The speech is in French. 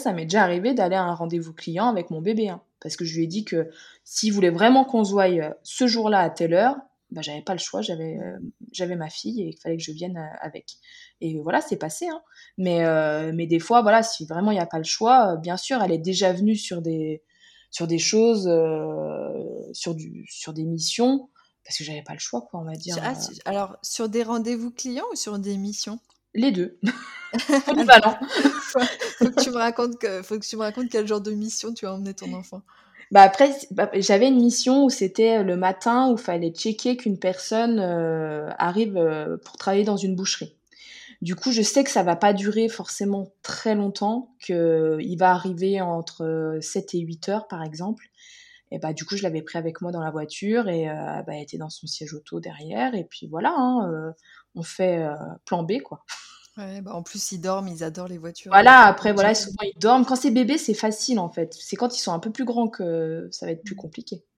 ça m'est déjà arrivé d'aller à un rendez-vous client avec mon bébé, hein, parce que je lui ai dit que s'il voulait vraiment qu'on se voie ce jour-là à telle heure, bah, j'avais pas le choix, j'avais ma fille et il fallait que je vienne avec. Et voilà, c'est passé, hein. Mais des fois, voilà, si vraiment il n'y a pas le choix, bien sûr, elle est déjà venue sur des choses, sur des missions, parce que j'avais pas le choix, quoi, on va dire. Alors, sur des rendez-vous clients ou sur des missions? Les deux, Alors, polyvalent. faut que tu me racontes quel genre de mission tu as emmené ton enfant. Bah après, j'avais une mission où c'était le matin où il fallait checker qu'une personne arrive pour travailler dans une boucherie. Du coup, je sais que ça va pas durer forcément très longtemps, qu'il va arriver entre 7 et 8 heures par exemple. Et bah du coup, je l'avais pris avec moi dans la voiture et bah, elle était dans son siège auto derrière. Et puis voilà, hein, on fait plan B quoi. Ouais, bah en plus, ils dorment, ils adorent les voitures, donc Voilà, après voilà, j'imagine. souvent ils dorment. Quand c'est bébé, c'est facile en fait. C'est quand ils sont un peu plus grands que ça va être plus compliqué.